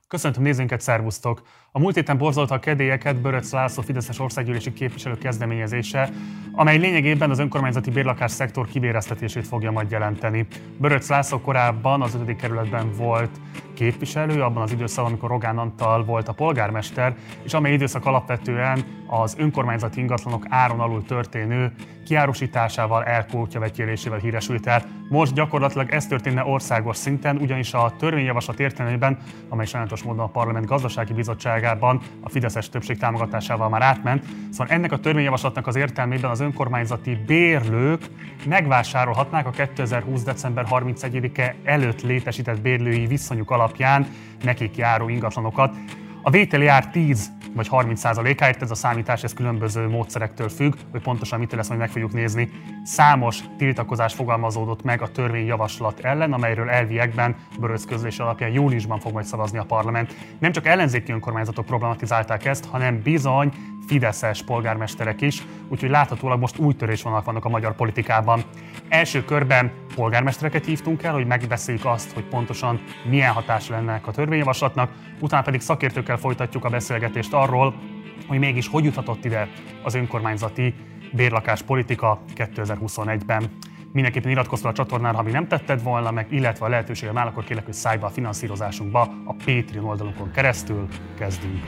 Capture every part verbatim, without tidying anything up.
Köszöntöm nézőinket, szervusztok! A múlt héten borzolta a kedélyeket Böröcz László fideszes országgyűlési képviselő kezdeményezése, amely lényegében az önkormányzati bérlakás szektor kivéreztetését fogja majd jelenteni. Böröcz László korábban az ötödik kerületben volt képviselő, abban az időszakban, amikor Rogán Antal volt a polgármester, és amely időszak alapvetően az önkormányzati ingatlanok áron alul történő kiárusításával, elkótyavetyélésével híresült el. Most gyakorlatilag ez történne országos szinten, ugyanis a törvényjavaslat értelmében, amely sajnálatos módon a Parlament Gazdasági Bizottságában a fideszes többség támogatásával már átment. Szóval ennek a törvényjavaslatnak az értelmében az önkormányzati bérlők megvásárolhatnák a kétezer-húsz. december harmincegyedike előtt létesített bérlői viszonyuk alapján nekik járó ingatlanokat. A vételi ár tíz vagy harminc százalékáért, ez a számítás, ez különböző módszerektől függ, hogy pontosan mitől lesz, majd meg fogjuk nézni. Számos tiltakozás fogalmazódott meg a törvényjavaslat ellen, amelyről elviekben Böröcz közlése alapján júliusban fog majd szavazni a parlament. Nem csak ellenzéki önkormányzatok problematizálták ezt, hanem bizony fideszes polgármesterek is, úgyhogy láthatólag most új törésvonalak vannak a magyar politikában. Első körben polgármestereket hívtunk el, hogy megbeszéljük azt, hogy pontosan milyen hatás lenne a törvényjavaslatnak, utána pedig szakértőkkel folytatjuk a beszélgetést arról, hogy mégis hogy juthatott ide az önkormányzati bérlakás politika kétezer-huszonegyben. Mindenképpen iratkozz a csatornára, ha még nem tetted volna meg, illetve a lehetőségem áll, akkor kérlek, hogy szállj be a finanszírozásunkba a Patreon oldalunkon keresztül. Kezdünk!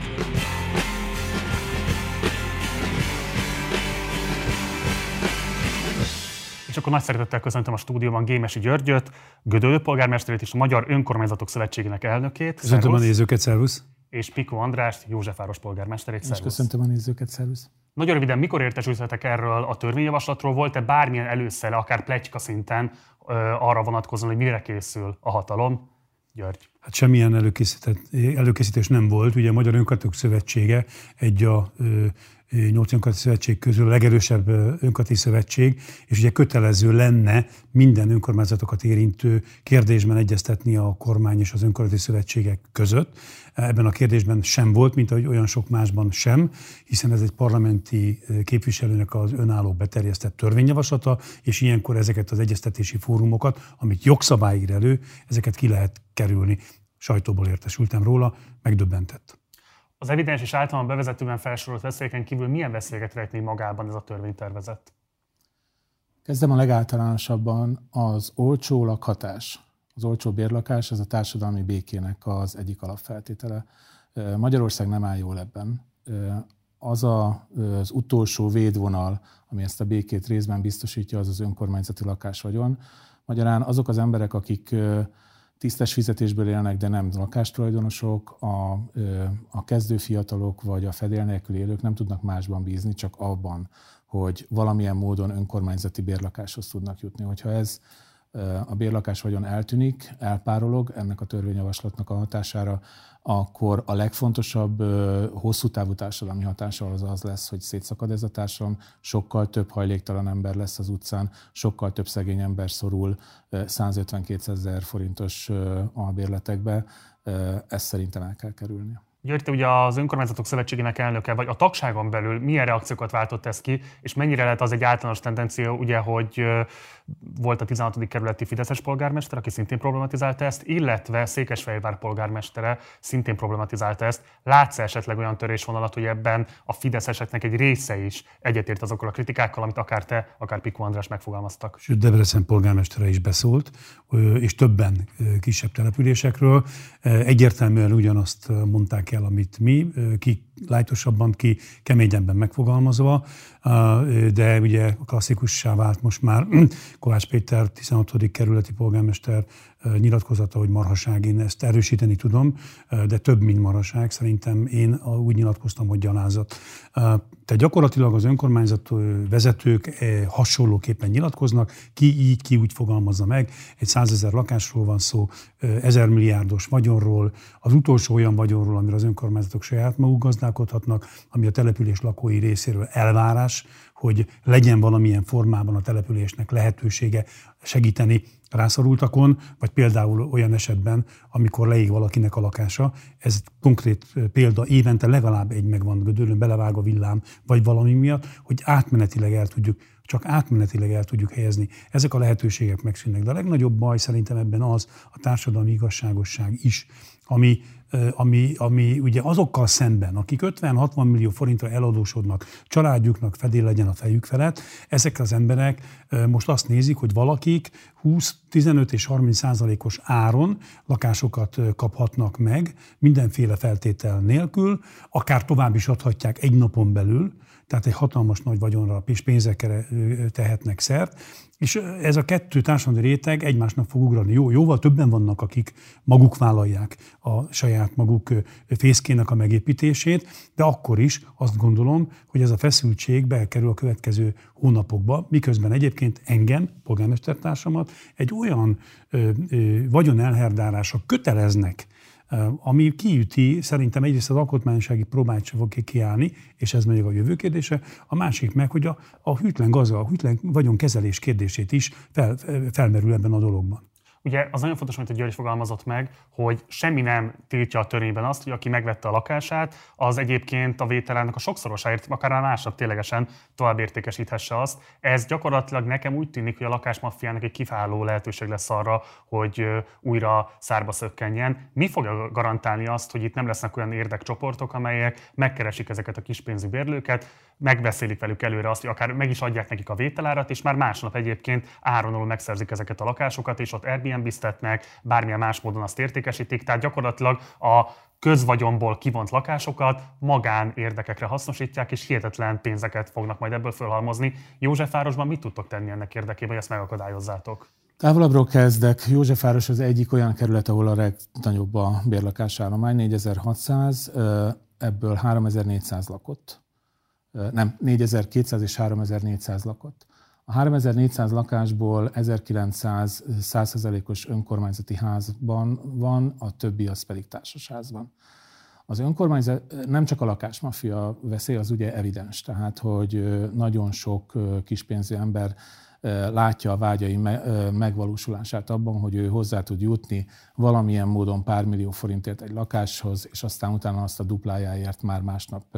És akkor nagy szeretettel köszöntöm a stúdióban Gémesi Györgyöt, Gödöllő polgármesterét és a Magyar Önkormányzatok Szövetségének elnökét. Köszöntöm a nézőket, szervusz! És Piko Andrást, Józsefváros polgármesterét, szervusz! És köszöntöm a nézőket, szervusz! Nagyon röviden, mikor értesültetek erről a törvényjavaslatról? Volt-e bármilyen előszele, akár pletyka szinten arra vonatkozóan, hogy mire készül a hatalom? György. Hát semmilyen előkészítés nem volt. Ugye a Magyar Önkormányzatok Szövetsége egy a nyolc önkormányzati szövetség közül a legerősebb önkormányzati szövetség, és ugye kötelező lenne minden önkormányzatokat érintő kérdésben egyeztetni a kormány és az önkormányzati szövetségek között. Ebben a kérdésben sem volt, mint ahogy olyan sok másban sem, hiszen ez egy parlamenti képviselőnek az önálló beterjesztett törvényjavaslata, és ilyenkor ezeket az egyeztetési fórumokat, amit jogszabály ír elő, ezeket ki lehet kerülni. Sajtóból értesültem róla, megdöbbentett. Az evidens és általán bevezetőben felsorolt veszélyeken kívül milyen veszélyeket rejtné magában ez a törvénytervezet? Kezdem a legáltalánosabban. Az olcsó lakhatás, az olcsó bérlakás, ez a társadalmi békének az egyik alapfeltétele. Magyarország nem áll jól ebben. Az a, az utolsó védvonal, ami ezt a békét részben biztosítja, az az önkormányzati lakásvagyon. Magyarán azok az emberek, akik tisztes fizetésből élnek, de nem lakástulajdonosok, a, a kezdő fiatalok vagy a fedél nélkül élők nem tudnak másban bízni, csak abban, hogy valamilyen módon önkormányzati bérlakáshoz tudnak jutni. Hogyha ez a bérlakás vagyon eltűnik, elpárolog ennek a törvényjavaslatnak a hatására, akkor a legfontosabb hosszú távú társadalmi hatása az az lesz, hogy szétszakad ez a társadalom, sokkal több hajléktalan ember lesz az utcán, sokkal több szegény ember szorul százötven-kétszázezer forintos albérletekbe. Ezt szerintem el kell kerülni. György, te ugye az Önkormányzatok Szövetségének elnöke vagy, a tagságon belül milyen reakciókat váltott ez ki, és mennyire lehet az egy általános tendencia, ugye, hogy volt a tizenhatodik kerületi fideszes polgármester, aki szintén problematizálta ezt, illetve Székesfehérvár polgármestere szintén problematizálta ezt. Látsz esetleg olyan törésvonalat, hogy ebben a fideszeseknek egy része is egyetért azokkal a kritikákkal, amit akár te, akár Piko András megfogalmaztak? Sőt, Debrecen polgármestere is beszólt, és többen kisebb településekről. Egyértelműen ugyanazt mondták el, amit mi, ki lájtosabban, ki keményebben megfogalmazva, de ugye klasszikussá vált most már Kovács Péter, tizenhatodik kerületi polgármester nyilatkozata, hogy marhaság. Én ezt erősíteni tudom, de több, mint marhaság. Szerintem én úgy nyilatkoztam, hogy gyalázat. Tehát gyakorlatilag az önkormányzat vezetők hasonlóképpen nyilatkoznak, ki így, ki úgy fogalmazza meg. Egy százezer lakásról van szó, ezer milliárdos vagyonról, az utolsó olyan vagyonról, amire az önkormányzatok saját maguk gazdálkodhatnak, ami a település lakói részéről elvárás, hogy legyen valamilyen formában a településnek lehetősége segíteni rászorultakon, vagy például olyan esetben, amikor leég valakinek a lakása. Ez konkrét példa, évente legalább egy megvan Gödöllőn, belevág a villám, vagy valami miatt, hogy átmenetileg el tudjuk, csak átmenetileg el tudjuk helyezni. Ezek a lehetőségek megszűnnek. De a legnagyobb baj szerintem ebben az a társadalmi igazságosság is, ami ami, ami ugye azokkal szemben, akik ötven-hatvan millió forintra eladósodnak, családjuknak fedél legyen a fejük felett, ezek az emberek most azt nézik, hogy valakik húsz, tizenöt és harminc százalékos áron lakásokat kaphatnak meg, mindenféle feltétel nélkül, akár tovább is adhatják egy napon belül, tehát egy hatalmas nagy vagyonra és pénzekre tehetnek szert, és ez a kettő társadalmi réteg egymásnak fog ugrani. Jó, jóval többen vannak, akik maguk vállalják a saját maguk fészkének a megépítését, de akkor is azt gondolom, hogy ez a feszültség bekerül a következő hónapokba, miközben egyébként engem, polgármestertársamat egy olyan ö, ö, vagyonelherdálásra köteleznek, ami kiüti szerintem egyrészt az alkotmányossági próbát sem fog kiállni, és ez még a jövő kérdése, a másik meg, hogy a, a hűtlen gazda, a hűtlen vagyonkezelés kérdését is fel, felmerül ebben a dologban. Ugye az nagyon fontos, amit a György fogalmazott meg, hogy semmi nem tiltja a törvényben azt, hogy aki megvette a lakását, az egyébként a vételának a sokszorosáért, akár a másnap ténylegesen tovább értékesíthesse azt. Ez gyakorlatilag nekem úgy tűnik, hogy a lakásmaffiának egy kiváló lehetőség lesz arra, hogy újra szárba szökkenjen. Mi fogja garantálni azt, hogy itt nem lesznek olyan érdekcsoportok, amelyek megkeresik ezeket a kispénzű bérlőket, megbeszélik velük előre azt, hogy akár meg is adják nekik a vételárat, és már másnap egyébként áron megszerzik ezeket a lakásokat, és ott Airbnb-ztetnek, bármilyen más módon azt értékesítik, tehát gyakorlatilag a közvagyonból kivont lakásokat magán érdekekre hasznosítják, és hihetetlen pénzeket fognak majd ebből fölhalmozni. Józsefvárosban mit tudtok tenni ennek érdekében, hogy ezt megakadályozzátok? Távolabbról kezdek. Józsefváros az egyik olyan kerület, ahol a legnagyobb a bérlakásállomány, négyezer-hatszáz, ebből háromezer-négyszáz lakott. Nem, négyezer-kétszáz és háromezer-négyszáz lakott. A háromezer-négyszáz lakásból ezerkilencszáz száz százalékos önkormányzati házban van, a többi az pedig társasházban. Az önkormányzat, nem csak a lakásmafia veszély, az ugye evidens, tehát hogy nagyon sok kispénzű ember látja a vágyai megvalósulását abban, hogy ő hozzá tud jutni valamilyen módon pár millió forintért egy lakáshoz, és aztán utána azt a duplájáért már másnap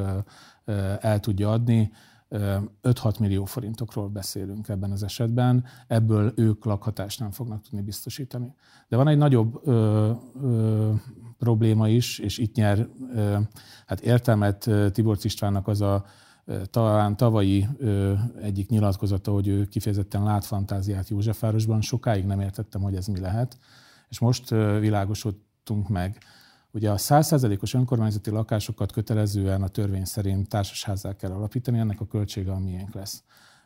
el tudja adni. öt-hat millió forintokról beszélünk ebben az esetben, ebből ők lakhatást nem fognak tudni biztosítani. De van egy nagyobb ö, ö, probléma is, és itt nyer ö, hát értelmet Tiborcs Istvánnak az a talán tavalyi ö, egyik nyilatkozata, hogy ő kifejezetten lát fantáziát Józsefvárosban. Sokáig nem értettem, hogy ez mi lehet, és most ö, világosodtunk meg. Ugye a száz százalékos önkormányzati lakásokat kötelezően a törvény szerint társasházzá kell alapítani, ennek a költsége a miénk lesz.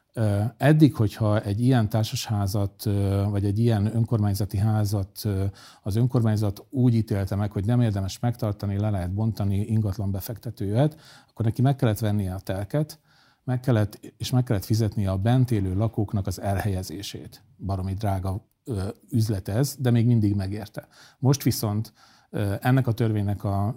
Eddig, hogyha egy ilyen társasházat, vagy egy ilyen önkormányzati házat az önkormányzat úgy ítélte meg, hogy nem érdemes megtartani, le lehet bontani, ingatlan befektető jöhet, akkor neki meg kellett vennie a telket, meg kellett, és meg kellett fizetnie a bent élő lakóknak az elhelyezését. Baromi drága üzlet ez, de még mindig megérte. Most viszont ennek a törvénynek a,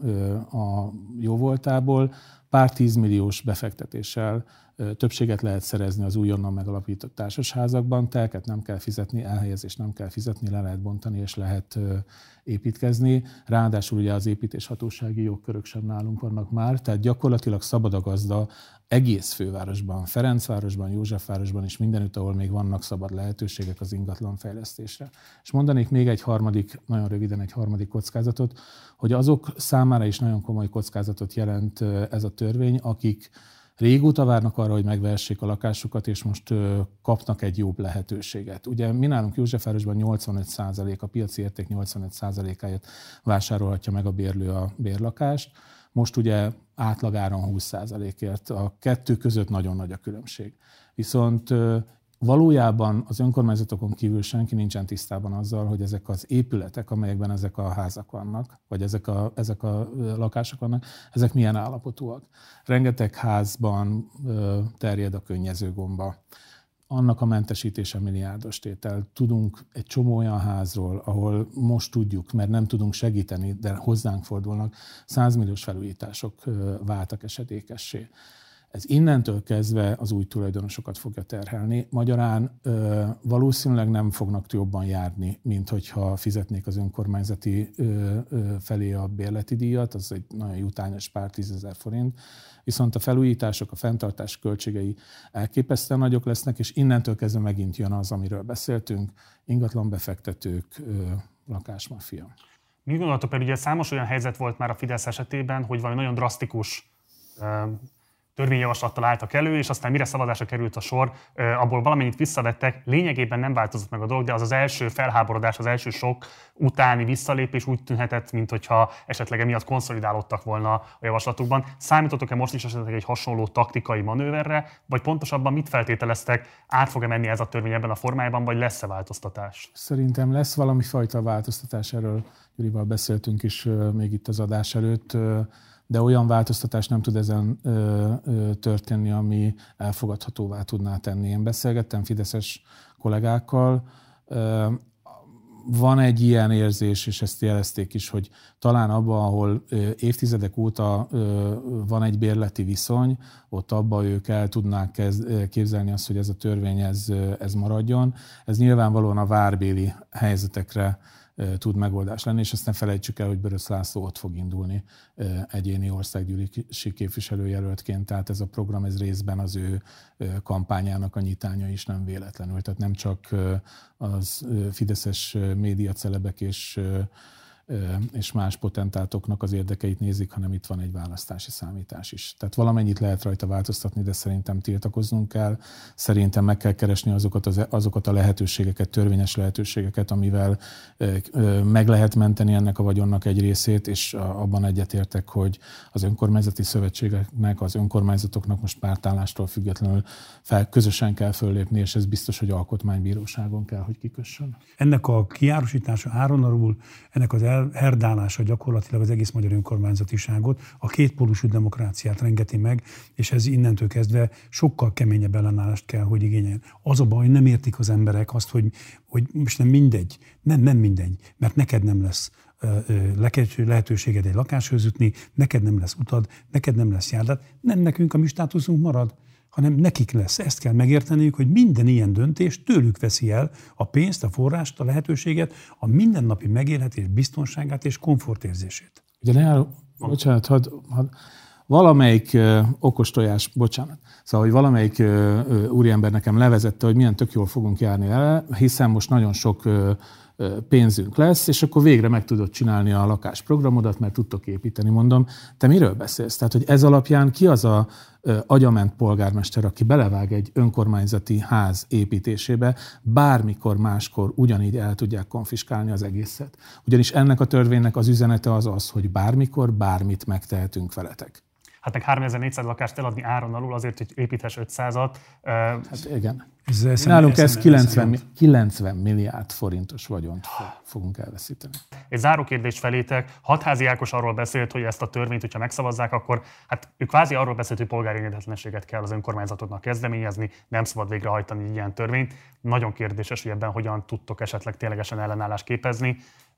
a jóvoltából pár tízmilliós befektetéssel többséget lehet szerezni az újonnan megalapított társasházakban, telket nem kell fizetni, elhelyezést nem kell fizetni, le lehet bontani és lehet építkezni. Ráadásul ugye az építéshatósági jogkörök sem nálunk vannak már, tehát gyakorlatilag szabad a gazda egész fővárosban, Ferencvárosban, Józsefvárosban és mindenütt, ahol még vannak szabad lehetőségek az ingatlanfejlesztésre. És mondanék még egy harmadik, nagyon röviden egy harmadik kockázatot, hogy azok számára is nagyon komoly kockázatot jelent ez a törvény, akik régóta várnak arra, hogy megvehessék a lakásukat, és most kapnak egy jobb lehetőséget. Ugye mi nálunk Józsefvárosban nyolcvanöt százalék, a piaci érték nyolcvanöt százalékáért vásárolhatja meg a bérlő a bérlakást. Most ugye átlagáron húsz százalékért. A kettő között nagyon nagy a különbség. Viszont valójában az önkormányzatokon kívül senki nincsen tisztában azzal, hogy ezek az épületek, amelyekben ezek a házak vannak, vagy ezek a, ezek a lakások vannak, ezek milyen állapotúak. Rengeteg házban ö, terjed a könnyezőgomba. Annak a mentesítése milliárdos tétel. Tudunk egy csomó olyan házról, ahol most tudjuk, mert nem tudunk segíteni, de hozzánk fordulnak, százmilliós felújítások ö, váltak esedékessé. Ez innentől kezdve az új tulajdonosokat fogja terhelni. Magyarán ö, valószínűleg nem fognak jobban járni, mint hogyha fizetnék az önkormányzati ö, ö, felé a bérleti díjat, az egy nagyon jutányos pár tízezer forint. Viszont a felújítások, a fenntartás költségei elképesztően nagyok lesznek, és innentől kezdve megint jön az, amiről beszéltünk, ingatlanbefektetők, ö, lakásmafia. Mi gondoltok, mert ugye számos olyan helyzet volt már a Fidesz esetében, hogy valami nagyon drasztikus törvényjavaslattal álltak elő, és aztán mire szavazásra került a sor, abból valamennyit visszavettek. Lényegében nem változott meg a dolog, de az az első felháborodás, az első sok utáni visszalépés úgy tűnhetett, mintha esetleg emiatt konszolidálódtak volna a javaslatukban. Számítottok-e most is esetleg egy hasonló taktikai manőverre, vagy pontosabban mit feltételeztek, át fog-e menni ez a törvény ebben a formájában, vagy lesz-e változtatás? Szerintem lesz valami fajta változtatás, erről Gyurival beszéltünk is még itt az adás előtt, de olyan változtatás nem tud ezen ö, ö, történni, ami elfogadhatóvá tudná tenni. Én beszélgettem fideszes kollégákkal, ö, van egy ilyen érzés, és ezt jelezték is, hogy talán abban, ahol ö, évtizedek óta ö, van egy bérleti viszony, ott abban ők el tudnák kezd, képzelni azt, hogy ez a törvény ez, ez maradjon. Ez nyilvánvalóan a várbéli helyzetekre tud megoldás lenni, és azt ne felejtsük el, hogy Börös László ott fog indulni egyéni országgyűlési képviselőjelöltként, tehát ez a program ez részben az ő kampányának a nyitánya is nem véletlenül. Tehát nem csak az fideszes médiacelebek és és más potentátoknak az érdekeit nézik, hanem itt van egy választási számítás is. Tehát valamennyit lehet rajta változtatni, de szerintem tiltakoznunk kell. Szerintem meg kell keresni azokat, az, azokat a lehetőségeket, törvényes lehetőségeket, amivel meg lehet menteni ennek a vagyonnak egy részét, és abban egyetértek, hogy az önkormányzati szövetségeknek, az önkormányzatoknak most pártállástól függetlenül fel, közösen kell föllépni, és ez biztos, hogy alkotmánybíróságon kell, hogy kikössön. Ennek a kiárusítása áron alul, ennek az herdálása gyakorlatilag az egész magyar önkormányzatiságot, a kétpólusú demokráciát rengeti meg, és ez innentől kezdve sokkal keményebb ellenállást kell, hogy igényeljen. Az a baj, hogy nem értik az emberek azt, hogy, hogy most nem mindegy, nem, nem mindegy, mert neked nem lesz lehetőséged egy lakáshöz jutni, neked nem lesz utad, neked nem lesz járdát, nem nekünk a mi státuszunk marad, hanem nekik lesz. Ezt kell megérteniük, hogy minden ilyen döntés tőlük veszi el a pénzt, a forrást, a lehetőséget, a mindennapi megélhetés biztonságát és komfortérzését. Ugye ne áll, bocsánat, hadd, hadd, valamelyik uh, okos tojás, bocsánat, szóval, hogy valamelyik uh, úriember nekem levezette, hogy milyen tök jól fogunk járni el, hiszen most nagyon sok uh, pénzünk lesz, és akkor végre meg tudod csinálni a lakásprogramodat, mert tudtok építeni, mondom. Te miről beszélsz? Tehát, hogy ez alapján ki az a agyament polgármester, aki belevág egy önkormányzati ház építésébe, bármikor máskor ugyanígy el tudják konfiskálni az egészet. Ugyanis ennek a törvénynek az üzenete az az, hogy bármikor bármit megtehetünk veletek. Hát meg háromezer-négyszáz lakást eladni áron alul azért, hogy építhess ötszázat. Hát igen. Ez eszem, Nálunk ez eszem, kilencven, eszem. kilencven milliárd forintos vagyont fogunk elveszíteni. Egy záró kérdés felétek. Hatházi Ákos arról beszélt, hogy ezt a törvényt, hogyha megszavazzák, akkor hát ő kvázi arról beszélt, hogy polgári engedetlenséget kell az önkormányzatoknak kezdeményezni, nem szabad végrehajtani egy ilyen törvényt. Nagyon kérdéses, hogy ebben hogyan tudtok esetleg ténylegesen ellenállást képezni.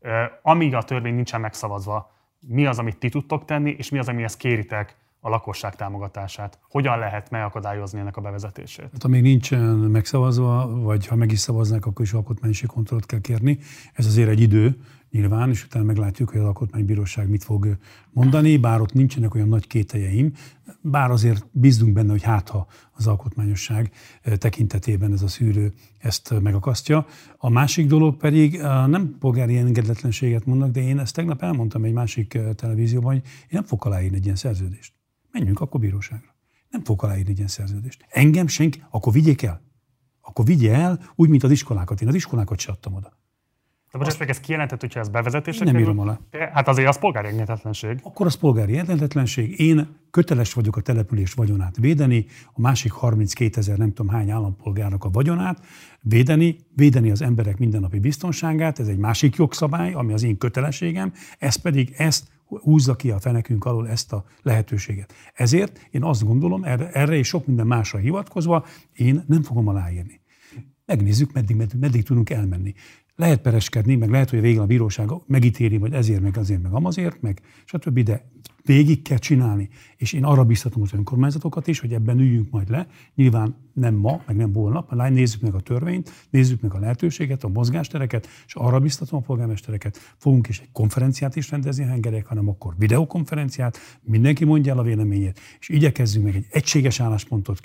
Amíg a törvény nincsen megszavazva, mi az, amit ti tudtok tenni, és mi az, amihez kéritek a lakosság támogatását? Hogyan lehet megakadályozni ennek a bevezetését? Hát, amíg nincsen megszavazva, vagy ha meg is szavaznák, akkor is alkotmányosi kontrollt kell kérni. Ez azért egy idő nyilván, és utána meglátjuk, hogy az Alkotmánybíróság mit fog mondani, bár ott nincsenek olyan nagy kételjeim, bár azért bízunk benne, hogy hát ha az alkotmányosság tekintetében ez a szűrő ezt megakasztja. A másik dolog pedig nem polgári engedetlenséget mondnak, de én ezt tegnap elmondtam egy másik televízióban, hogy én nem fogok aláírni egy ilyen szerződést. Menjünk akkor bíróságra. Nem fogok aláírni egy ilyen szerződést. Engem senki, akkor vigyék el. Akkor vigye el, úgy, mint az iskolákat. Én az iskolákat se adtam oda. De most meg ezt kijelentett, hogyha ez bevezetésre nem kerül? írom alá. Hát azért az polgári engedetlenség. Akkor az polgári engedetlenség. Én köteles vagyok a település vagyonát védeni, a másik harminckétezer nem tudom hány állampolgárnak a vagyonát védeni, védeni az emberek mindennapi biztonságát, ez egy másik jogszabály, ami az én kötelességem, ez pedig ezt húzza ki a fenekünk alól ezt a lehetőséget. Ezért én azt gondolom, erre, erre és sok minden másra hivatkozva, én nem fogom aláírni. Megnézzük, meddig, meddig, meddig tudunk elmenni. Lehet pereskedni, meg lehet, hogy a végén a bíróság megítéli, vagy ezért, meg azért, meg amazért, meg stb., de végig kell csinálni. És én arra biztatom az önkormányzatokat is, hogy ebben üljünk majd le. Nyilván nem ma, meg nem holnap, hanem nézzük meg a törvényt, nézzük meg a lehetőséget, a mozgástereket, és arra biztatom a polgármestereket. Fogunk is egy konferenciát is rendezni, ha engedek, hanem akkor videokonferenciát, mindenki mondja el a véleményét, és igyekezzünk meg egy egységes álláspontot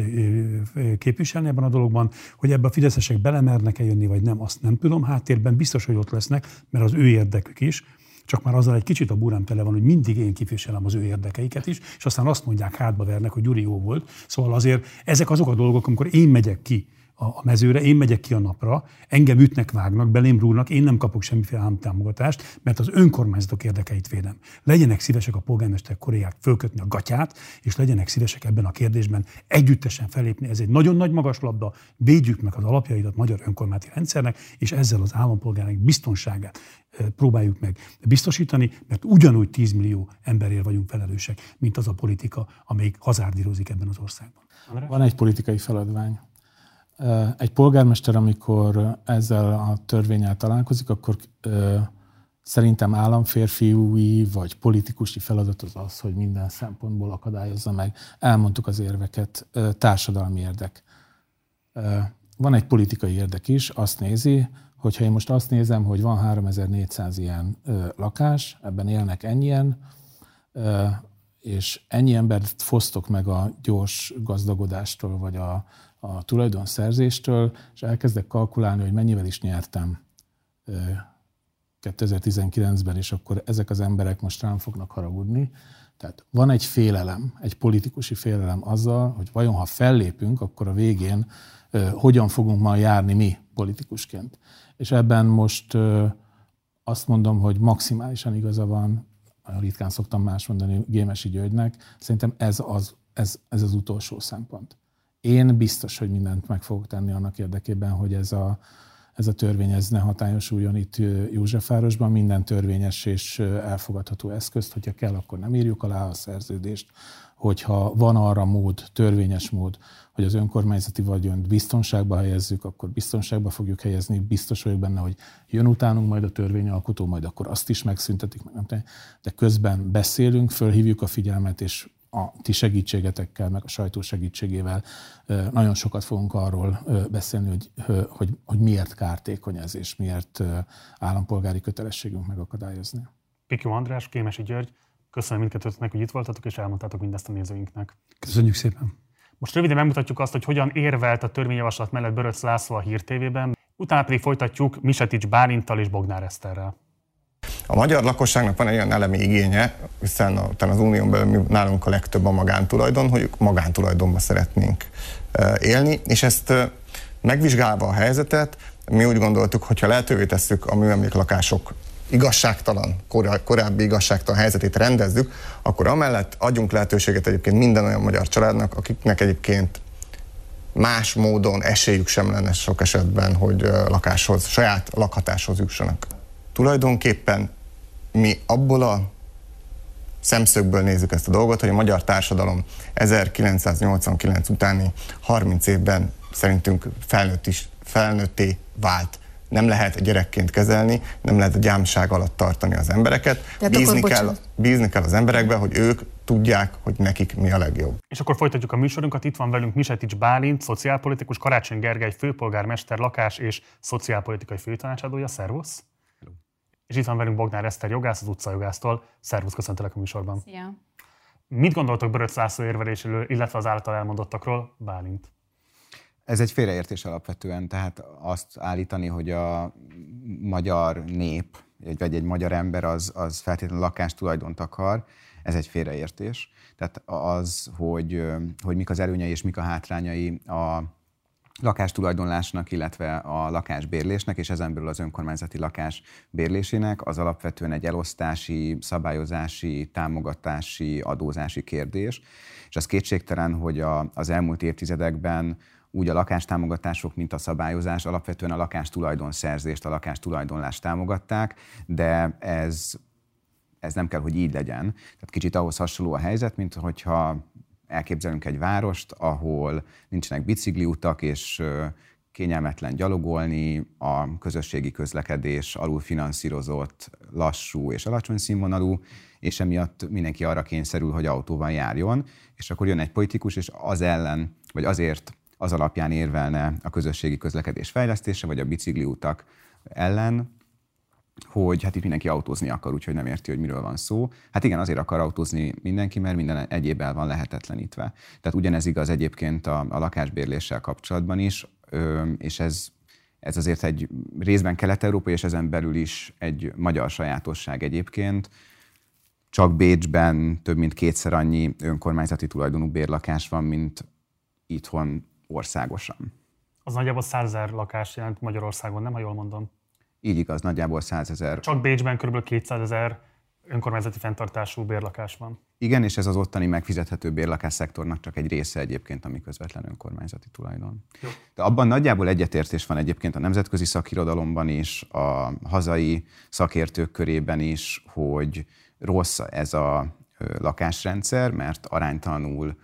képviselni ebben a dologban, hogy ebbe a fideszesek belemernek-e jönni, vagy nem, azt nem tudom. Háttérben biztos, hogy ott lesznek, mert az ő érdekük is, csak már azzal egy kicsit a burám tele van, hogy mindig én képviselem az ő érdekeiket is, és aztán azt mondják, hátba vernek, hogy Gyuri jó volt. Szóval azért ezek azok a dolgok, amikor én megyek ki a mezőre, én megyek ki a napra, engem ütnek, vágnak, belém rúgnak, én nem kapok semmiféle támogatást, mert az önkormányzatok érdekeit védem. Legyenek szívesek a polgármester kollégák fölkötni a gatyát, és legyenek szívesek ebben a kérdésben együttesen felépni. Ez egy nagyon nagy magas labda, védjük meg az alapjait a magyar önkormányzati rendszernek, és ezzel az állampolgárok biztonságát próbáljuk meg biztosítani, mert ugyanúgy tíz millió emberért vagyunk felelősek, mint az a politika, amelyik hazárdírozik ebben az országban. Van egy politikai feladvány. Egy polgármester, amikor ezzel a törvénnyel találkozik, akkor ö, szerintem államférfiúi vagy politikusi feladat az az, hogy minden szempontból akadályozza meg. Elmondtuk az érveket, ö, társadalmi érdek. Ö, van egy politikai érdek is, azt nézi, hogyha én most azt nézem, hogy van háromezer-négyszáz ilyen ö, lakás, ebben élnek ennyien, ö, és ennyi embert fosztok meg a gyors gazdagodástól, vagy a a tulajdonszerzéstől, és elkezdek kalkulálni, hogy mennyivel is nyertem kétezer-tizenkilencben, és akkor ezek az emberek most rám fognak haragudni. Tehát van egy félelem, egy politikusi félelem azzal, hogy vajon ha fellépünk, akkor a végén hogyan fogunk majd járni mi politikusként. És ebben most azt mondom, hogy maximálisan igaza van, nagyon ritkán szoktam más mondani Gémesi Györgynek, szerintem ez az, ez, ez az utolsó szempont. Én biztos, hogy mindent meg fogok tenni annak érdekében, hogy ez a, ez a törvény ez ne hatályosuljon itt Józsefvárosban. Minden törvényes és elfogadható eszközt, hogyha kell, akkor nem írjuk alá a szerződést. Hogyha van arra mód, törvényes mód, hogy az önkormányzati vagyont biztonságba helyezzük, akkor biztonságba fogjuk helyezni. Biztos vagyok benne, hogy jön utánunk majd a törvényalkotó, majd akkor azt is megszüntetik. De közben beszélünk, fölhívjuk a figyelmet, és a ti segítségetekkel, meg a sajtó segítségével nagyon sokat fogunk arról beszélni, hogy, hogy, hogy miért kártékony ez, és miért állampolgári kötelességünk megakadályozni. Pityó András, Gémesi György, köszönöm mindkettőtöknek, hogy itt voltatok, és elmondtátok mindezt a nézőinknek. Köszönjük szépen! Most röviden megmutatjuk azt, hogy hogyan érvelt a törvényjavaslat mellett Böröcz László a Hír té vében, utána pedig folytatjuk Misetics Bálinttal és Bognár Eszterrel. A magyar lakosságnak van egy olyan elemi igénye, hiszen a, az unión belül nálunk a legtöbb a magántulajdon, hogy magántulajdonban szeretnénk élni, és ezt megvizsgálva a helyzetet, mi úgy gondoltuk, hogy ha lehetővé tesszük a műemléklakások igazságtalan, korábbi igazságtalan helyzetét rendezzük, akkor amellett adjunk lehetőséget egyébként minden olyan magyar családnak, akiknek egyébként más módon esélyük sem lenne sok esetben, hogy lakáshoz, saját lakhatáshoz jussanak. Tulajdonképpen mi abból a szemszögből nézzük ezt a dolgot, hogy a magyar társadalom ezerkilencszáznyolcvankilenc utáni harminc évben szerintünk felnőtt is, felnőtté vált. Nem lehet gyerekként kezelni, nem lehet a gyámság alatt tartani az embereket. Bízni kell, bízni kell az emberekbe, hogy ők tudják, hogy nekik mi a legjobb. És akkor folytatjuk a műsorunkat. Itt van velünk Misetics Bálint, szociálpolitikus, Karácsony Gergely, főpolgármester, lakás és szociálpolitikai főtanácsadója. Szervusz! És itt van velünk Bognár Eszter jogász, az utcajogásztól. Szervusz, köszöntelek a műsorban. Szia! Mit gondoltok Böröcz László érveléséről, illetve az által elmondottakról, Bálint? Ez egy félreértés alapvetően, tehát azt állítani, hogy a magyar nép, vagy egy magyar ember az, az feltétlenül lakástulajdont akar, ez egy félreértés. Tehát az, hogy, hogy mik az előnyei és mik a hátrányai a lakástulajdonlásnak, illetve a lakásbérlésnek, és ezen belül az önkormányzati lakás bérlésének, az alapvetően egy elosztási, szabályozási, támogatási, adózási kérdés. És az kétségtelen, hogy a, az elmúlt évtizedekben úgy a lakástámogatások, mint a szabályozás alapvetően a lakástulajdonszerzést, a lakástulajdonlást támogatták, de ez, ez nem kell, hogy így legyen. Tehát kicsit ahhoz hasonló a helyzet, mint hogyha elképzelünk egy várost, ahol nincsenek bicikliutak, és kényelmetlen gyalogolni, a közösségi közlekedés alulfinanszírozott, lassú és alacsony színvonalú, és emiatt mindenki arra kényszerül, hogy autóval járjon, és akkor jön egy politikus, és az ellen, vagy azért az alapján érvelne a közösségi közlekedés fejlesztése, vagy a bicikliutak ellen, hogy hát itt mindenki autózni akar, úgyhogy nem érti, hogy miről van szó. Hát igen, azért akar autózni mindenki, mert minden egyéb el van lehetetlenítve. Tehát ugyanez igaz egyébként a, a lakásbérléssel kapcsolatban is, és ez, Ez azért egy részben kelet-európai, és ezen belül is egy magyar sajátosság egyébként. Csak Bécsben több mint kétszer annyi önkormányzati tulajdonú bérlakás van, mint itthon országosan. Az nagyjából százezer lakás jelent Magyarországon, nem, ha jól mondom? Így igaz, nagyjából százezer. Csak Bécsben kb. kétszázezer önkormányzati fenntartású bérlakás van. Igen, és ez az ottani megfizethető bérlakásszektornak csak egy része egyébként, ami közvetlen önkormányzati tulajdon. Jó. De abban nagyjából egyetértés van egyébként a nemzetközi szakirodalomban is, a hazai szakértők körében is, hogy rossz ez a lakásrendszer, mert aránytalanul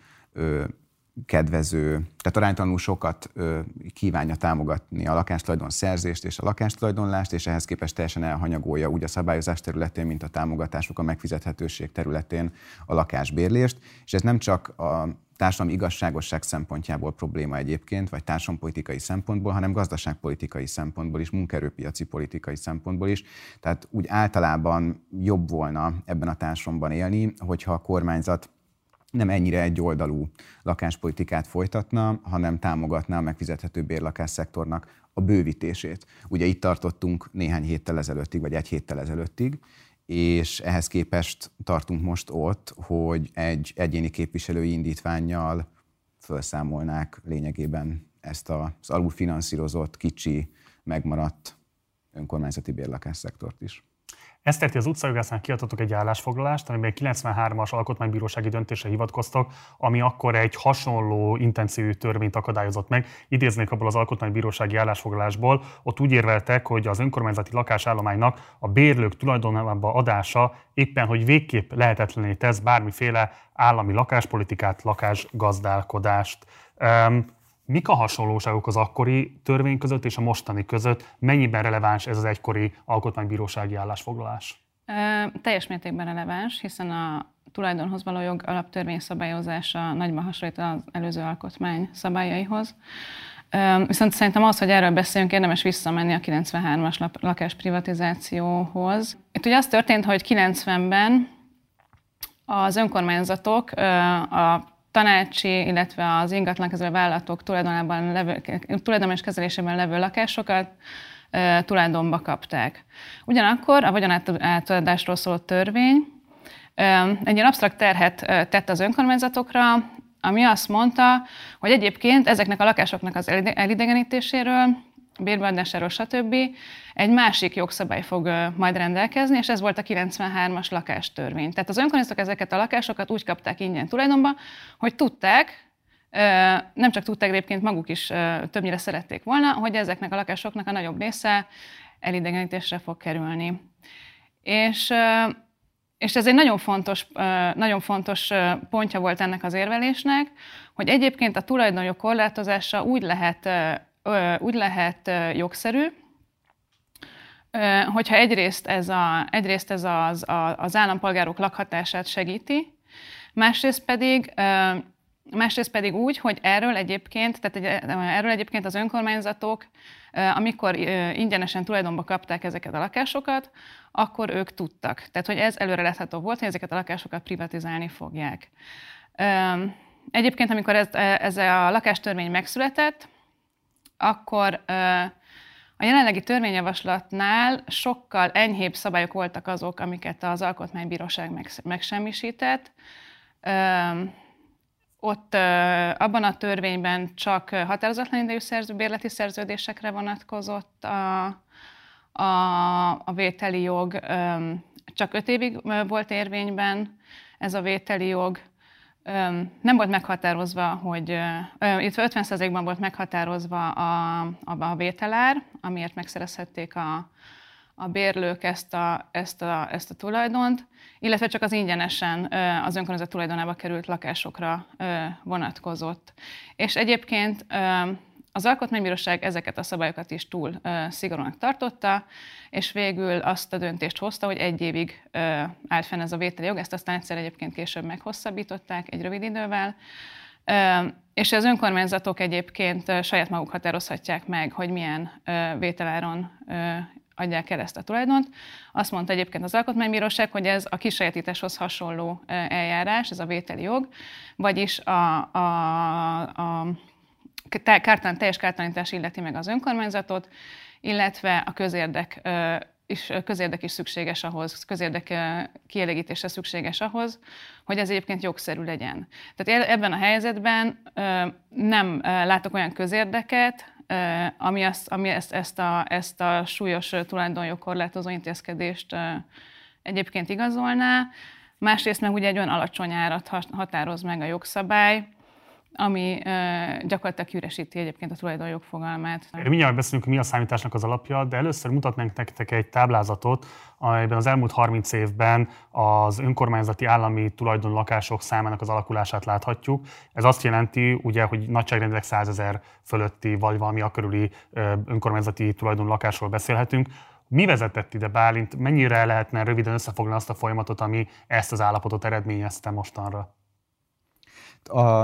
kedvező, tehát aránytalanul sokat ö, kívánja támogatni a lakástulajdon szerzést és a lakástulajdonlást, és ehhez képest teljesen elhanyagolja úgy a szabályozás területén, mint a támogatások, a megfizethetőség területén a lakásbérlést. És ez nem csak a társadalmi igazságosság szempontjából probléma egyébként, vagy társadalompolitikai szempontból, hanem gazdaságpolitikai szempontból is, munkaerőpiaci politikai szempontból is. Tehát úgy általában jobb volna ebben a társadalomban élni, hogyha a kormányzat nem ennyire egyoldalú lakáspolitikát folytatna, hanem támogatná a megfizethető bérlakásszektornak a bővítését. Ugye itt tartottunk néhány héttel ezelőttig, vagy egy héttel ezelőttig, és ehhez képest tartunk most ott, hogy egy egyéni képviselői indítvánnyal felszámolnák lényegében ezt az alulfinanszírozott, kicsi, megmaradt önkormányzati bérlakásszektort is. Eszter, ti az utcajogásznál kiadtatok egy állásfoglalást, amiben egy kilencvenhármas alkotmánybírósági döntésre hivatkoztak, ami akkor egy hasonló intenciójú törvényt akadályozott meg. Idéznék abból az alkotmánybírósági állásfoglalásból, ott úgy érveltek, hogy az önkormányzati lakásállománynak a bérlők tulajdonába adása éppen, hogy végképp lehetetlené tesz bármiféle állami lakáspolitikát, lakásgazdálkodást. Um, Mik a hasonlóságok az akkori törvény között és a mostani között? Mennyiben releváns ez az egykori alkotmánybírósági állásfoglalás? E, teljes mértékben releváns, hiszen a tulajdonhoz való jog alaptörvény szabályozása nagyban hasonlít az előző alkotmány szabályaihoz. E, viszont szerintem az, hogy erről beszéljünk, érdemes visszamenni a kilencvenhármas lakásprivatizációhoz. Itt ugye az történt, hogy kilencvenben az önkormányzatok a tanácsi, illetve az ingatlankezelő vállalatok tulajdonában levő, tulajdonban és kezelésében levő lakásokat e, tulajdonba kapták. Ugyanakkor a vagyonátadásról szóló törvény e, egy ilyen absztrakt terhet e, tett az önkormányzatokra, ami azt mondta, hogy egyébként ezeknek a lakásoknak az elidegenítéséről, bérbeadásáról, stb. Egy másik jogszabály fog majd rendelkezni, és ez volt a kilencvenhármas lakástörvény. Tehát az önkormányzatok ezeket a lakásokat úgy kapták ingyen tulajdonba, hogy tudták, nem csak tudták, egyébként maguk is többnyire szerették volna, hogy ezeknek a lakásoknak a nagyobb része elidegenítésre fog kerülni. És, és ez egy nagyon fontos, nagyon fontos pontja volt ennek az érvelésnek, hogy egyébként a tulajdonjog korlátozása úgy lehet úgy lehet jogszerű, hogyha egyrészt ez, a, egyrészt ez az, az állampolgárok lakhatását segíti, másrészt pedig, másrészt pedig úgy, hogy erről egyébként, tehát erről egyébként az önkormányzatok, amikor ingyenesen tulajdonba kapták ezeket a lakásokat, akkor ők tudtak. Tehát, hogy ez előrelátható volt, hogy ezeket a lakásokat privatizálni fogják. Egyébként, amikor ez, ez a lakástörvény megszületett, akkor a jelenlegi törvényjavaslatnál sokkal enyhébb szabályok voltak azok, amiket az Alkotmánybíróság megsemmisített. Ott abban a törvényben csak határozatlan idejű szerző, bérleti szerződésekre vonatkozott a, a, a vételi jog. Csak öt évig volt érvényben ez a vételi jog. Nem volt meghatározva, hogy itt ötven százalékban volt meghatározva a, a, a vételár, amiért megszerezhették a, a bérlők ezt a, ezt, a, ezt a tulajdont, illetve csak az ingyenesen az önkormányzat tulajdonába került lakásokra vonatkozott. És egyébként az Alkotmánybíróság ezeket a szabályokat is túl szigorúnak tartotta, és végül azt a döntést hozta, hogy egy évig állt fenn ez a vételi jog, ezt aztán egyszer egyébként később meghosszabbították egy rövid idővel, és az önkormányzatok egyébként saját maguk határozhatják meg, hogy milyen vételáron adják el ezt a tulajdont. Azt mondta egyébként az Alkotmánybíróság, hogy ez a kisajátításhoz hasonló eljárás, ez a vételi jog, vagyis a, a, a kártalan, teljes kártalanítás illeti meg az önkormányzatot, illetve a közérdek is, közérdek is szükséges ahhoz, közérdek kielégítése szükséges ahhoz, hogy ez egyébként jogszerű legyen. Tehát ebben a helyzetben nem látok olyan közérdeket, ami, azt, ami ezt, ezt, a, ezt a súlyos tulajdonjogkorlátozó intézkedést egyébként igazolná. Másrészt meg ugye egy olyan alacsony árat határoz meg a jogszabály, ami gyakorlatilag üresíti egyébként a tulajdonjog fogalmát. Mindjárt beszélünk, hogy mi a számításnak az alapja, de először mutatnánk nektek egy táblázatot, amelyben az elmúlt harminc évben az önkormányzati állami tulajdon lakások számának az alakulását láthatjuk. Ez azt jelenti, ugye, hogy nagyságrendileg százezer fölötti vagy valami akörüli önkormányzati tulajdon lakásról beszélhetünk. Mi vezetett ide, Bálint? Mennyire lehetne röviden összefoglalni azt a folyamatot, ami ezt az állapotot eredményezte mostanra? A,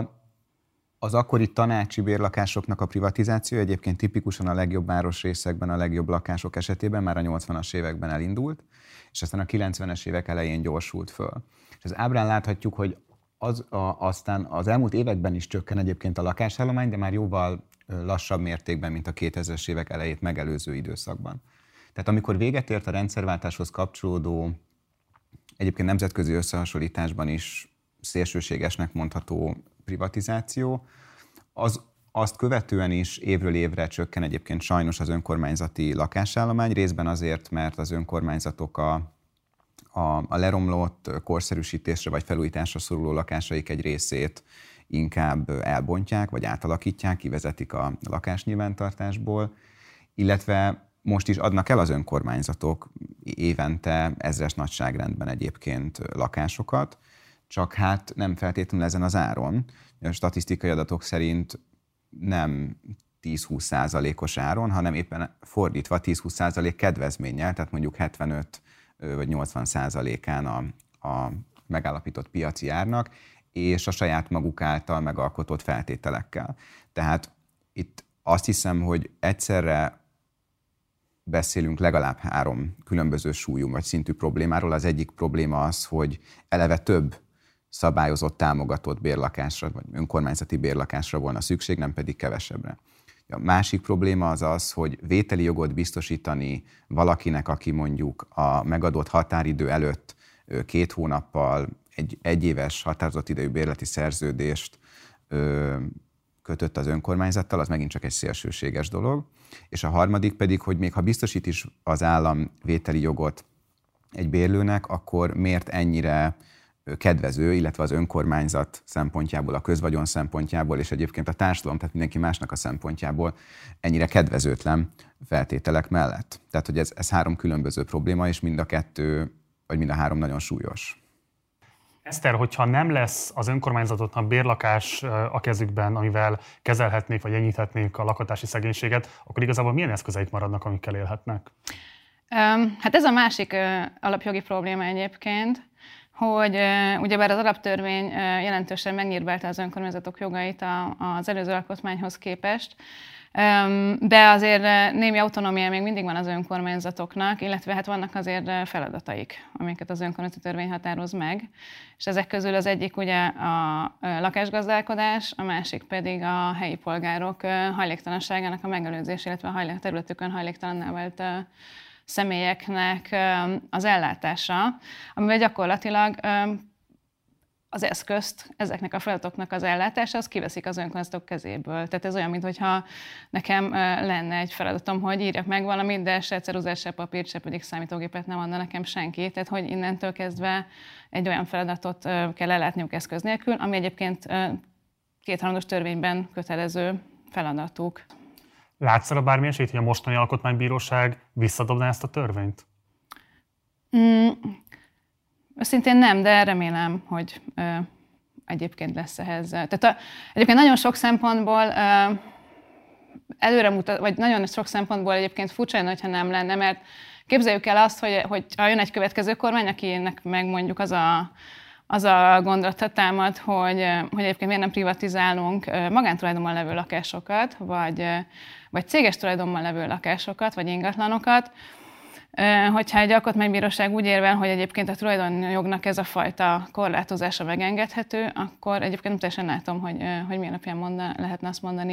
az akkori tanácsi bérlakásoknak a privatizáció egyébként tipikusan a legjobb városrészekben, a legjobb lakások esetében már a nyolcvanas években elindult, és aztán a kilencvenes évek elején gyorsult föl. És az ábrán láthatjuk, hogy az, a, aztán az elmúlt években is csökken egyébként a lakásállomány, de már jóval lassabb mértékben, mint a kétezres évek elejét megelőző időszakban. Tehát amikor véget ért a rendszerváltáshoz kapcsolódó, egyébként nemzetközi összehasonlításban is szélsőségesnek mondható privatizáció, az, azt követően is évről évre csökken egyébként sajnos az önkormányzati lakásállomány, részben azért, mert az önkormányzatok a, a, a leromlott, korszerűsítésre vagy felújításra szoruló lakásaik egy részét inkább elbontják, vagy átalakítják, kivezetik a lakásnyilvántartásból, illetve most is adnak el az önkormányzatok évente ezres nagyságrendben egyébként lakásokat, csak hát nem feltétlenül ezen az áron. A statisztikai adatok szerint nem tíz-húsz százalékos áron, hanem éppen fordítva tíz-húsz százalék kedvezménnyel, tehát mondjuk hetvenöt vagy nyolcvan százalékán a, a megállapított piaci árnak, és a saját maguk által megalkotott feltételekkel. Tehát itt azt hiszem, hogy egyszerre beszélünk legalább három különböző súlyú vagy szintű problémáról. Az egyik probléma az, hogy eleve több szabályozott, támogatott bérlakásra, vagy önkormányzati bérlakásra volna szükség, nem pedig kevesebbre. A másik probléma az az, hogy vételi jogot biztosítani valakinek, aki mondjuk a megadott határidő előtt két hónappal egy egyéves határozott idejű bérleti szerződést ö, kötött az önkormányzattal, az megint csak egy szélsőséges dolog. És a harmadik pedig, hogy még ha biztosít is az állam vételi jogot egy bérlőnek, akkor miért ennyire kedvező, illetve az önkormányzat szempontjából, a közvagyon szempontjából, és egyébként a társadalom, tehát mindenki másnak a szempontjából ennyire kedvezőtlen feltételek mellett. Tehát, hogy ez, ez három különböző probléma, és mind a kettő, vagy mind a három nagyon súlyos. Eszter, hogyha nem lesz az önkormányzatoknak bérlakás a kezükben, amivel kezelhetnék vagy enyhíthetnék a lakhatási szegénységet, akkor igazából milyen eszközeik maradnak, amikkel élhetnek? Hát ez a másik alapjogi probléma egyébként, hogy ugyebár az alaptörvény jelentősen megnyírbálta az önkormányzatok jogait az előző alkotmányhoz képest, de azért némi autonómia még mindig van az önkormányzatoknak, illetve hát vannak azért feladataik, amiket az önkormányzati törvény határoz meg, és ezek közül az egyik ugye a lakásgazdálkodás, a másik pedig a helyi polgárok hajléktalanságának a megelőzés, illetve a területükön hajléktalanná vált személyeknek az ellátása, amivel gyakorlatilag az eszközt, ezeknek a feladatoknak az ellátása, az kiveszik az önkormányzatok kezéből. Tehát ez olyan, mintha nekem lenne egy feladatom, hogy írjak meg valamit, de se ceruzát, se papírt, se pedig számítógépet nem adna nekem senki. Tehát hogy innentől kezdve egy olyan feladatot kell ellátniuk eszköz nélkül, ami egyébként kétharmados törvényben kötelező feladatuk. Látsz arra bármi esélyt, hogy a mostani alkotmánybíróság visszadobná ezt a törvényt? Mm, szintén nem, de remélem, hogy ö, egyébként lesz ehhez. Tehát a, egyébként nagyon sok szempontból ö, előre mutat, vagy nagyon sok szempontból egyébként furcsa lenne, hogyha nem lenne, mert képzeljük el azt, hogy, hogy jön egy következő kormány, akinek meg mondjuk az a az a gondolata támad, hogy, hogy egyébként miért nem privatizálunk magántulajdonban levő lakásokat, vagy, vagy céges tulajdonban levő lakásokat, vagy ingatlanokat. Hogyha egy alkotmánybíróság úgy érvel, hogy egyébként a tulajdonjognak ez a fajta korlátozása megengedhető, akkor egyébként teljesen látom, hogy, hogy milyen alapján mondan, lehetne azt mondani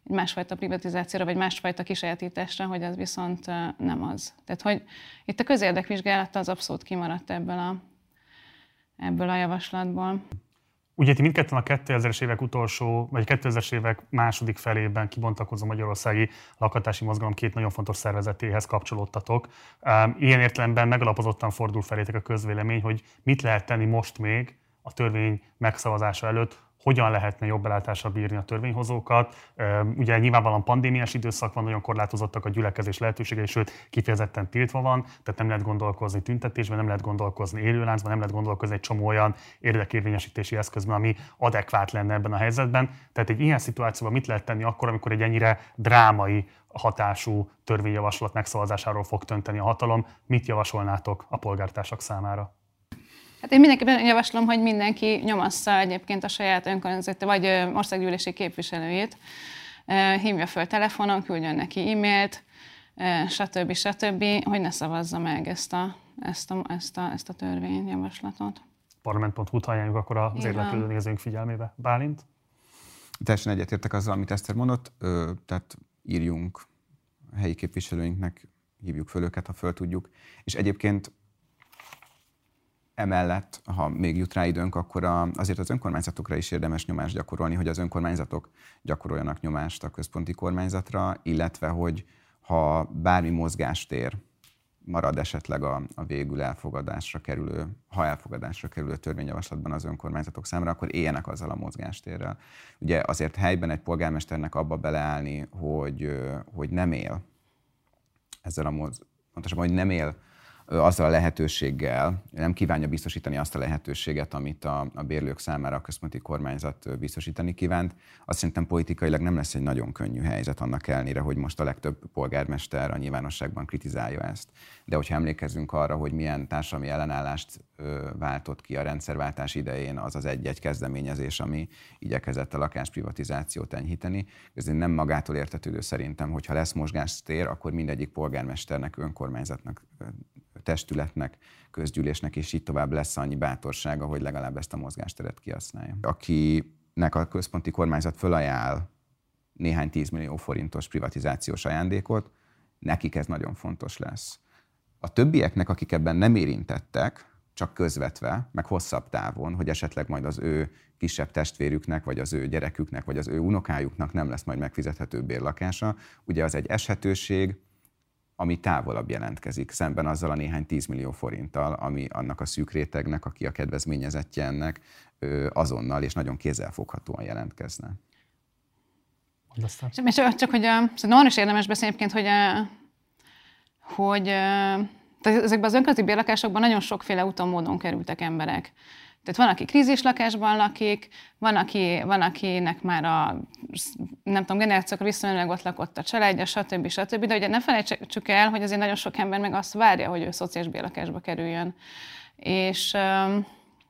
egy másfajta privatizációra, vagy másfajta kisajátításra, hogy az viszont nem az. Tehát, hogy itt a közérdekvizsgálata az abszolút kimaradt ebből a, ebből a javaslatból. Ugye ti mindketten a kétezres évek utolsó, vagy kétezres évek második felében kibontakozó magyarországi lakhatási mozgalom két nagyon fontos szervezetéhez kapcsolódtatok. Ilyen értelemben megalapozottan fordul felétek a közvélemény, hogy mit lehet tenni most még a törvény megszavazása előtt, hogyan lehetne jobb belátásra bírni a törvényhozókat. Ugye nyilvánvalóan pandémiás időszak van, nagyon korlátozottak a gyülekezés lehetőségei, sőt kifejezetten tiltva van, tehát nem lehet gondolkozni tüntetésben, nem lehet gondolkozni élőláncban, nem lehet gondolkozni egy csomó olyan érdekérvényesítési eszközben, ami adekvát lenne ebben a helyzetben. Tehát egy ilyen szituációban mit lehet tenni akkor, amikor egy ennyire drámai hatású törvényjavaslat megszavazásáról fog dönteni a hatalom? Mit javasolnátok a polgártársak számára? Hát én mindenképpen javaslom, hogy mindenki nyomassza egyébként a saját önkormányzati vagy országgyűlési képviselőjét, hívja föl telefonon, küldjön neki e-mailt, stb. stb., hogy ne szavazza meg ezt a, ezt a, ezt a, ezt a törvényjavaslatot. parlament pont hu-t ajánljuk akkor az érdeklődő nézőink figyelmébe. Bálint? Teljesen egyetértek azzal, amit Eszter mondott, tehát írjunk a helyi képviselőinknek, hívjuk föl őket, ha föl tudjuk. És egyébként emellett, ha még jut rá időnk, akkor a, azért az önkormányzatokra is érdemes nyomást gyakorolni, hogy az önkormányzatok gyakoroljanak nyomást a központi kormányzatra, illetve hogy ha bármi mozgástér marad esetleg a, a végül elfogadásra kerülő, ha elfogadásra kerülő törvényjavaslatban az önkormányzatok számára, akkor éljenek azzal a mozgástérrel. Ugye azért helyben egy polgármesternek abba beleállni, hogy, hogy nem él ezzel a moz, pontosabban, hogy nem él azzal a lehetőséggel, nem kívánja biztosítani azt a lehetőséget, amit a, a bérlők számára a központi kormányzat biztosítani kívánt. Azt szerintem politikailag nem lesz egy nagyon könnyű helyzet annak ellenére, hogy most a legtöbb polgármester a nyilvánosságban kritizálja ezt. De hogyha emlékezzünk arra, hogy milyen társadalmi ellenállást ö, váltott ki a rendszerváltás idején az az egy-egy kezdeményezés, ami igyekezett a lakásprivatizációt enyhíteni, ez nem magától értetődő szerintem, hogyha lesz mozgástér, akkor mindegyik polgármesternek, önkormányzatnak, testületnek, közgyűlésnek, és így tovább lesz annyi bátorsága, hogy legalább ezt a mozgásteret kihasználja. Akinek a központi kormányzat fölajánl néhány tízmillió forintos privatizációs ajándékot, nekik ez nagyon fontos lesz. A többieknek, akik ebben nem érintettek, csak közvetve, meg hosszabb távon, hogy esetleg majd az ő kisebb testvérüknek, vagy az ő gyereküknek, vagy az ő unokájuknak nem lesz majd megfizethető bérlakása, ugye az egy eshetőség, ami távolabb jelentkezik, szemben azzal a néhány tízmillió forinttal, ami annak a szűk rétegnek, aki a kedvezményezettje ennek, azonnal és nagyon kézzelfoghatóan jelentkezne. És csak, csak hogy nagyon is érdemes beszélni egyébként, hogy, hogy ezekben az önkormányzati bérlakásokban nagyon sokféle úton, módon kerültek emberek. Tehát van, aki krízislakásban lakik, van, aki, van akinek már a, nem tudom, generációkra visszamenőleg ott lakott a családja, stb. stb. De ugye ne felejtsük el, hogy azért nagyon sok ember meg azt várja, hogy ő szociális bérlakásba kerüljön. És, um,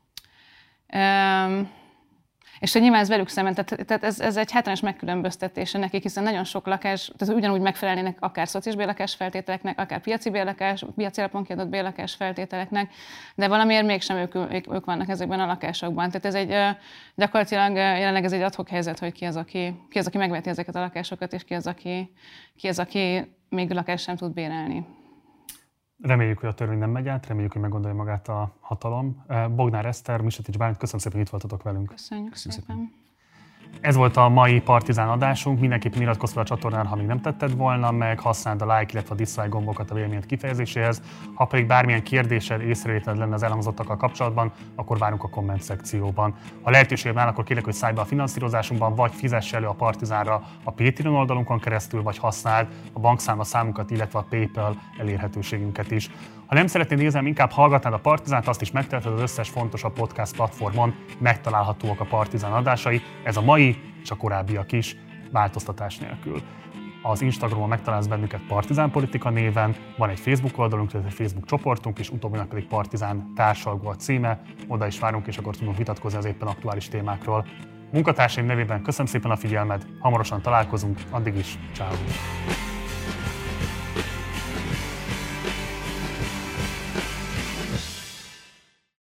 um, és nyilván ez velük szemben, tehát, tehát ez, ez egy hátrányos megkülönböztetése nekik, hiszen nagyon sok lakás, tehát ugyanúgy megfelelnének akár szociális bérlakás feltételeknek, akár piaci bérlakás, piaci alapon kiadott bérlakás feltételeknek, de valamiért mégsem ők, ők, ők vannak ezekben a lakásokban. Tehát ez egy gyakorlatilag jelenleg ez egy ad hoc helyzet, hogy ki az, aki, ki az, aki megveheti ezeket a lakásokat, és ki az, aki, ki az, aki még lakást sem tud bérelni. Reméljük, hogy a törvény nem megy át, reméljük, hogy meggondolja magát a hatalom. Bognár Eszter, Misetics Bálint, köszönöm szépen, hogy itt voltatok velünk. Köszönjük, Köszönjük szépen. szépen. Ez volt a mai Partizán adásunk. Mindenképpen iratkozz fel a csatornán, ha még nem tetted volna meg, használd a like, illetve a dislike gombokat a véleményed kifejezéséhez. Ha pedig bármilyen kérdésed, észrevételed lenne az elhangzottakkal kapcsolatban, akkor várunk a komment szekcióban. Ha lehetőséged áll, akkor kérlek, hogy szállj be a finanszírozásunkban, vagy fizess elő a Partizánra a Patreon oldalunkon keresztül, vagy használd a bankszámlaszámunkat, illetve a PayPal elérhetőségünket is. Ha nem szeretnéd nézni, inkább hallgatnád a Partizánt, azt is megteheted, az összes fontosabb podcast platformon megtalálhatóak a Partizán adásai. Ez a mai és a korábbiak is, változtatás nélkül. Az Instagramon megtalálsz bennünket Partizán Politika néven, van egy Facebook oldalunk, egy Facebook csoportunk, és utóbbinak pedig Partizán társalgó a címe. Oda is várunk, és akkor tudunk vitatkozni az éppen aktuális témákról. Munkatársaim nevében köszönöm szépen a figyelmed, hamarosan találkozunk, addig is, ciao.